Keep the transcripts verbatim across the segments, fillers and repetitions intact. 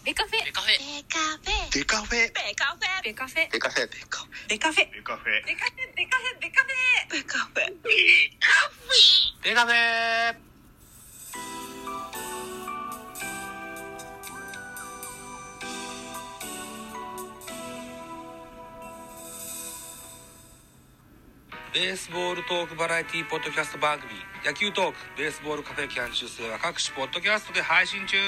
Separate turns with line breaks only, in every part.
ベカフェベカフェ
ベカフェ
デカフェ
ベカフェベカフェ
デカフェデカフェ
ベカフェ
デカフェ
ベカフェベカフェベカフェベカフェ
デカフェ
ベースボールトークバラエティポッドキャスト番組野球トークベースボールカフェキャン中世は各種ポッドキャストで配信中。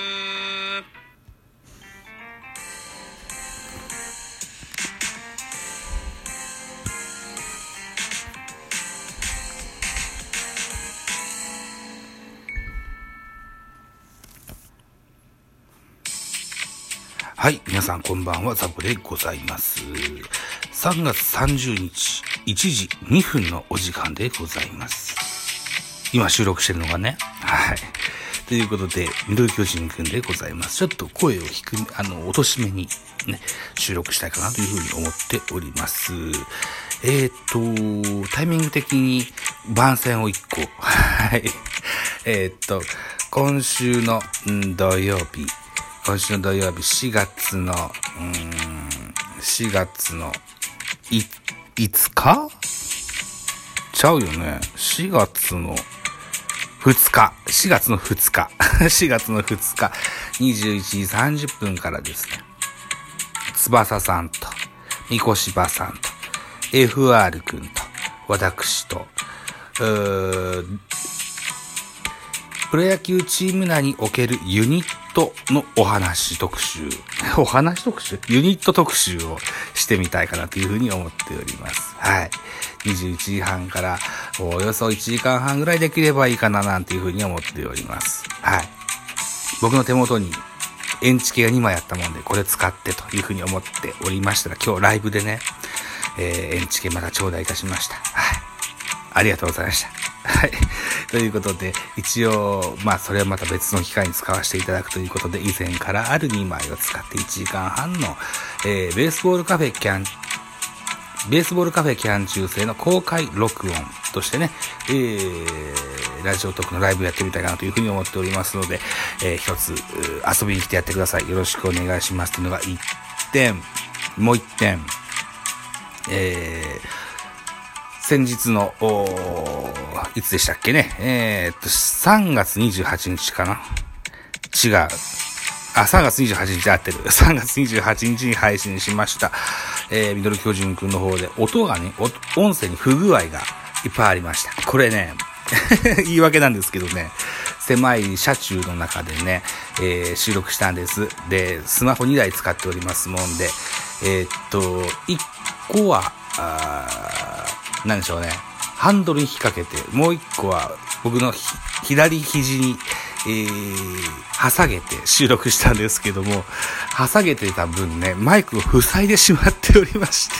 はい、皆さんこんばんは、ザボでございます。さんがつさんじゅうにちいちじにふんのお時間でございます。今収録してるのがね、はい。ということで、ミドル巨人くんでございます。ちょっと声を低め、あの、落としめにね、収録したいかなというふうに思っております。えーっと、タイミング的に番宣をいっこ、はい。えーっと、今週の、ん、土曜日、今週の土曜日しがつの、うーん、しがつのい、いつかちゃうよね。しがつのふつか。しがつのふつか。しがつのふつか。にじゅういちじさんじゅっぷんからですね。翼さんと、みこしばさんと、エフアール くんと、私と、うープロ野球チーム内におけるユニットのお話特集。お話特集ユニット特集をしてみたいかなというふうに思っております。はい。にじゅういちじはんからおよそいちじかんはんぐらいできればいいかななんていうふうに思っております。はい。僕の手元にエンチケがにまいあったもんでこれ使ってというふうに思っておりましたら、今日ライブでね、えー、エンチケまた頂戴いたしました。はい。ありがとうございました。はい。ということで、一応、まあ、それはまた別の機会に使わせていただくということで、以前からあるにまいを使っていちじかんはんの、えー、ベースボールカフェキャン、ベースボールカフェキャン中世の公開録音としてね、えー、ラジオトークのライブやってみたいかなというふうに思っておりますので、えー、一つ、遊びに来てやってください。よろしくお願いしますというのがいってん、もういってん、えー、先日の、いつでしたっけね。えー、っと、さんがつにじゅうはちにちかな。違う。あ、さんがつにじゅうはちにち合ってる。さんがつにじゅうはちにちに配信しました。えー、ミドル巨人くんの方で、音がね、音声に不具合がいっぱいありました。これね、言い訳なんですけどね、狭い車中の中でね、えー、収録したんです。で、スマホにだい使っておりますもんで、えー、っと、いっこは、あなんでしょうね。ハンドルに引っ掛けて、もう一個は僕の左肘に、えー、挟げて収録したんですけども、挟げてた分ね、マイクを塞いでしまっておりまして、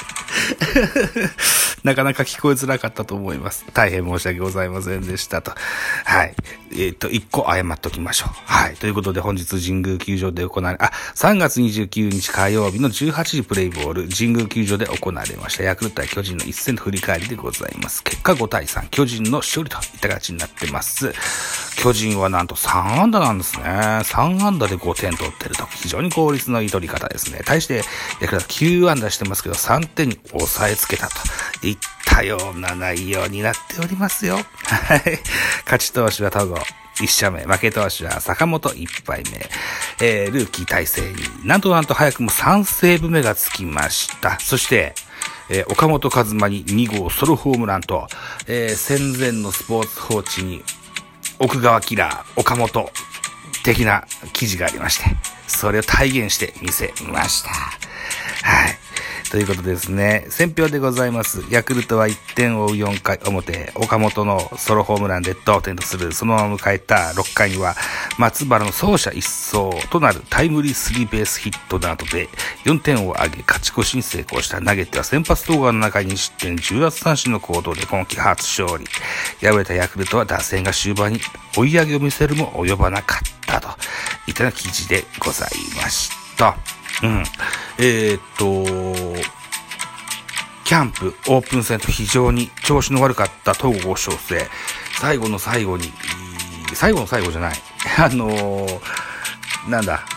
なかなか聞こえづらかったと思います。大変申し訳ございませんでしたと。はい。えっと、一個謝っときましょう。はい。ということで本日神宮球場で行われ、あ、さんがつにじゅうくにち火曜日のじゅうはちじプレイボール、神宮球場で行われました。ヤクルト対巨人の一戦の振り返りでございます。結果ごたいさん、巨人の勝利といった形になってます。巨人はなんとさんあんだなんですね。さんあんだでごてん取ってると。非常に効率のいい取り方ですね。対して、ヤクルトきゅうあんだしてますけど、さんてんに抑えつけたといったような内容になっておりますよ。はい。勝ち投手は戸郷いちしゃめ、負け投手は坂本いちぱいめ、えー、ルーキー大勢になんとなんと早くもさんセーブ目がつきました。そして、えー、岡本和真ににごうソロホームランと、えー、戦前のスポーツ報知に奥川キラー岡本的な記事がありまして、それを体現してみせました。はい。ということですね。選評でございます。ヤクルトはいってんを追うよんかい表、岡本のソロホームランで同点とする。そのまま迎えたろっかいには、松原の走者一掃となるタイムリースリーベースヒットなどでよんてんを挙げ勝ち越しに成功した。投げては先発登板の中ににしってんじゅう奪三振の行動で今季初勝利。敗れたヤクルトは打線が終盤に追い上げを見せるも及ばなかったといった記事でございました。うん。えー、っと、キャンプ、オープン戦と非常に調子の悪かった東郷翔征。最後の最後に、最後の最後じゃない。あのー、なんだ、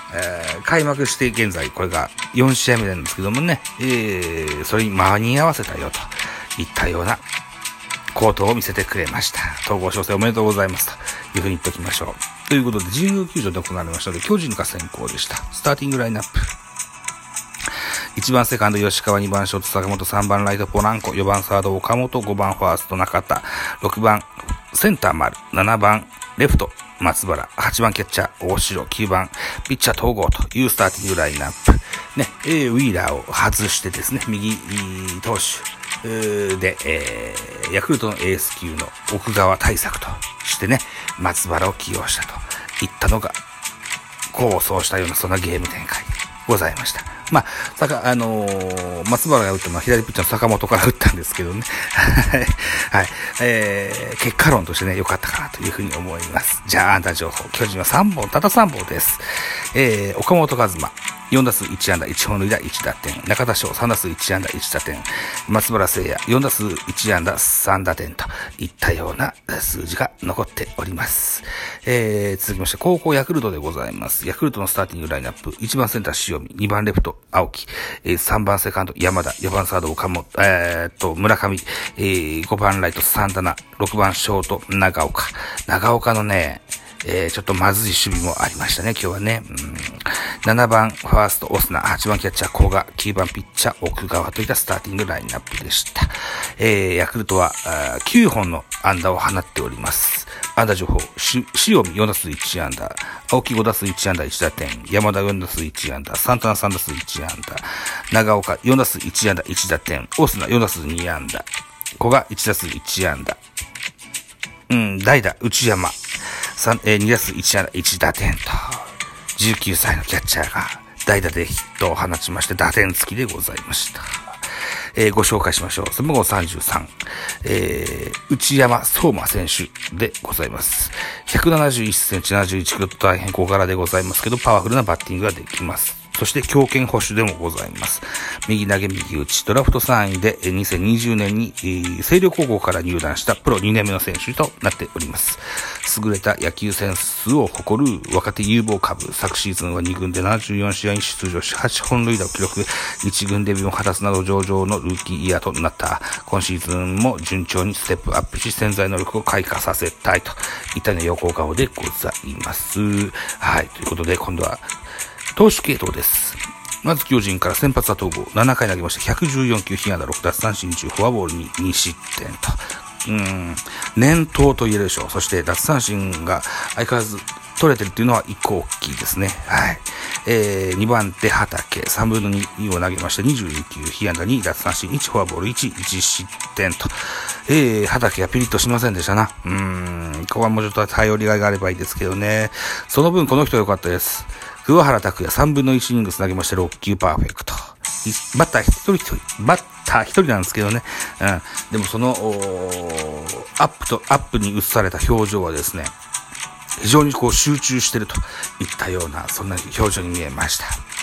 えー、開幕して現在これがよん試合目なんですけどもね、えー、それに間に合わせたよといったような好投を見せてくれました。統合調整おめでとうございますというふうに言っておきましょう。ということで神宮球場で行われましたので巨人が先行でした。スターティングラインナップ、いちばんセカンド吉川、にばんショート坂本、さんばんライトポランコ、よばんサード岡本、ごばんファースト中田、ろくばんセンター丸、ななばんレフト松原、はちばんキャッチャー大城、きゅうばんピッチャー東郷というスターティングラインナップね、えー、ウィーラーを外してですね、右投手で、えー、ヤクルトのエース級の奥川対策としてね、松原を起用したといったのが構想したようなそんなゲーム展開でございました。まあ、さか、あのー、松原が打ったのは左ピッチャーの坂本から打ったんですけどね。はい。えー、結果論としてね、良かったかなというふうに思います。じゃあ、安打情報。巨人はさんぼん、たださんぼんです。えー、岡本和真。よん打数いち安打いち本塁打いち打点、中田翔さん打数いち安打いち打点、松原聖也よん打数いち安打さん打点といったような数字が残っております。えー、続きまして高校ヤクルトでございます。ヤクルトのスターティングラインナップ、いちばんセンター塩見、にばんレフト青木、えー、さんばんセカンド山田、よばんサード岡本、えー、っと村上、えー、ごばんライトサンタナ、ろくばんショート長岡、長岡のねえー、ちょっとまずい守備もありましたね、今日はね。うん、ななばんファーストオスナ、はちばんキャッチャー古賀、きゅうばんピッチャー奥川といったスターティングラインナップでした。えー、ヤクルトはきゅうほんの安打を放っております。安打情報、塩見よん打数いち安打、青木ご打数いち安打いち打点、山田よん打数いち安打、サンタナさん打数いち安打、長岡よん打数いち安打いち打点、オスナよん打数に安打、古賀いち打数いち安打、うん、代打内山えー、に打数いち安打いち打点と、じゅうきゅうさいのキャッチャーが代打でヒットを放ちまして打点付きでございました。えー、ご紹介しましょう。背番号さんじゅうさん、えー、内山相馬選手でございます。ひゃくななじゅういちセンチ、ななじゅういちキロと大変小柄でございますけど、パワフルなバッティングができます。そして強肩捕手でもございます。右投げ右打ち、ドラフトさんいでにせんにじゅうねんに星稜高校から入団したプロにねんめの選手となっております。優れた野球センスを誇る若手有望株、昨シーズンはに軍でななじゅうよん試合に出場しはち本塁打を記録、いち軍デビューを果たすなど上々のルーキーイヤーとなった。今シーズンも順調にステップアップし潜在能力を開花させたいといったような横顔でございます。はい、ということで今度は投手系統です。まず巨人から先発は東郷、ななかい投げましてひゃくじゅうよん球、被安打ろく奪三振じゅう、フォアボールにに失点と、うーん年頭と言えるでしょう。そして奪三振が相変わらず取れてるっていうのはいっこ大きいですね。はい。えー、にばん手畠、さんぶんのにを投げましてにじゅうに球、被安打に奪三振いち、フォアボールいち、いち失点と、えー、畠がピリッとしませんでしたな。うーん、ここはもうちょっと頼りがいがあればいいですけどね。その分この人良かったです。桑原拓也さんぶんのいちイニングス投げましてろっ球パーフェクト。バッター一人一人、バッター一人なんですけどね。うん。でもその、アップと、アップに映された表情はですね、非常にこう集中してるといったような、そんな表情に見えました。うん。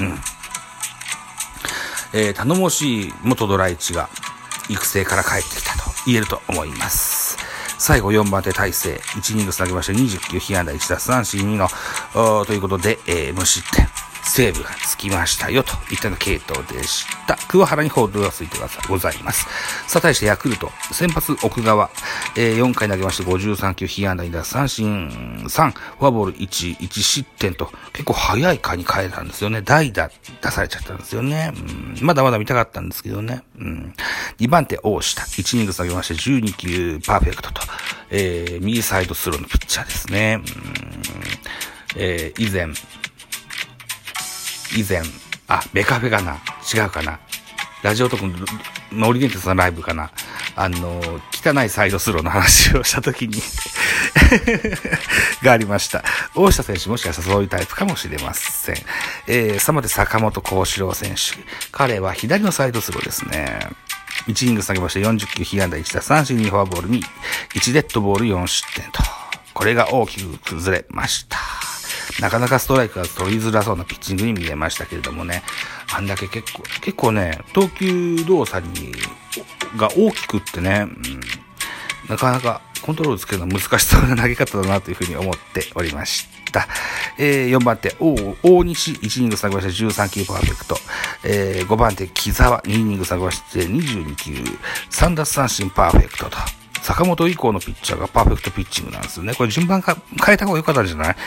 えー、頼もしい元ドライチが育成から帰ってきたと言えると思います。最後よんばん手大勢、いちイニングス投げましてにじゅっ球、被安打いち奪三振にの、ということで、えー、無失点。セーブがつきましたよといったような系統でした。桑原にホールドがついてございます。さあ対してヤクルト、先発奥川、えー、よんかい投げましてごじゅうさん球、被安打に奪三振さん、フォアボールいち、いち失点と結構早い回に変えたんですよね。代打出されちゃったんですよね。うん、まだまだ見たかったんですけどね。うん、にばん手大下、いちイニングス投げましてじゅうに球パーフェクトと、えー、右サイドスローのピッチャーですね。うん、えー、以前以前、あ、ベカフェかな違うかなラジオトークのノリ電鉄のライブかなあの、汚いサイドスローの話をしたときにがありました。大下選手もしかしたらそういうタイプかもしれません。えー、さまで坂本幸四郎選手。彼は左のサイドスローですね。いちイニング投げましてよんじゅっ球、被安打いち奪三振にフォアボールに、いちデッドボールよん失点と。これが大きく崩れました。なかなかストライクが取りづらそうなピッチングに見えましたけれどもね。あんだけ結構、結構ね、投球動作に、が大きくってね、うん、 なかなかコントロールつけるのは難しそうな投げ方だなというふうに思っておりました。えー、よんばん手、大, 大西いちイニング下げましてじゅうさんきゅうパーフェクト。えー、ごばん手、木澤にイニング下げましてにじゅうにきゅう、さん奪三振パーフェクトと。坂本以降のピッチャーがパーフェクトピッチングなんですよね。これ順番か変えた方が良かったんじゃない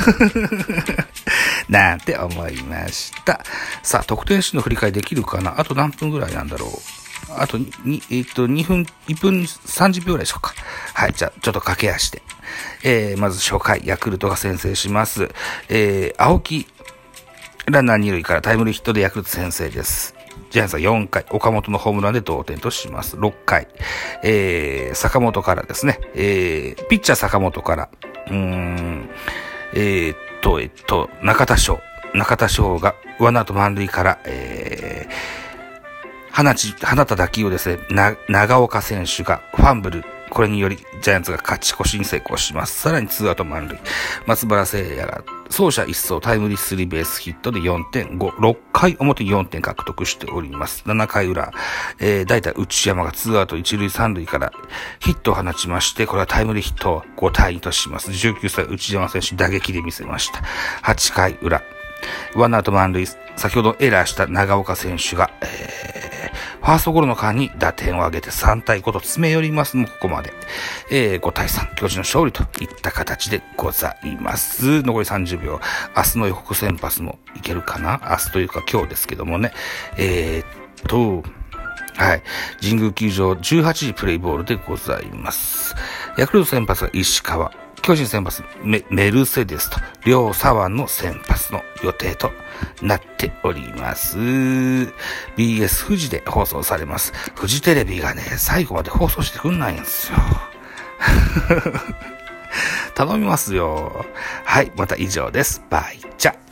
なんて思いました。さあ、得点シーンの振り返りできるかな。あと何分ぐらいなんだろう。あとに、えっと、にふん、いっぷんさんじゅっぴょうぐらいでしょうか。はい、じゃあ、ちょっと駆け足で。えー、まず初回、ヤクルトが先制します。えー、青木、ランナーに塁からタイムリーヒットでヤクルト先制です。ジャイアンツはよんかい、岡本のホームランで同点とします。ろっかい、えー、坂本からですね、えー、ピッチャー坂本から、うーん、えー、っと、えっと、中田翔、中田翔がワンアウト満塁から、えー、放ち、放った打球をですね、な、長岡選手がファンブル、これによりジャイアンツが勝ち越しに成功します。さらにツーアウト満塁。松原聖也が走者一掃タイムリースリーベースヒットでよんてんご、ろっかい表によんてん獲得しております。ななかい裏、えー、大体内山がツーアウト一塁三塁からヒットを放ちまして、これはタイムリーヒットをごたいにとします。じゅうきゅうさい内山選手打撃で見せました。はちかい裏、ワンアウト満塁、先ほどエラーした長岡選手が、えーファーストゴロの間に打点を上げてさんたいごと詰め寄りますもここまで。えー、ごたいさん、巨人の勝利といった形でございます。残りさんじゅうびょう。明日の予告先発もいけるかな？明日というか今日ですけどもね。えー、っと、はい。神宮球場じゅうはちじプレイボールでございます。ヤクルト先発は石川。巨人先発 メ, メルセデスと両左腕の先発の予定となっております。ビーエス 富士で放送されます。富士テレビがね、最後まで放送してくんないんですよ。頼みますよ。はい、また以上です。バイチャ。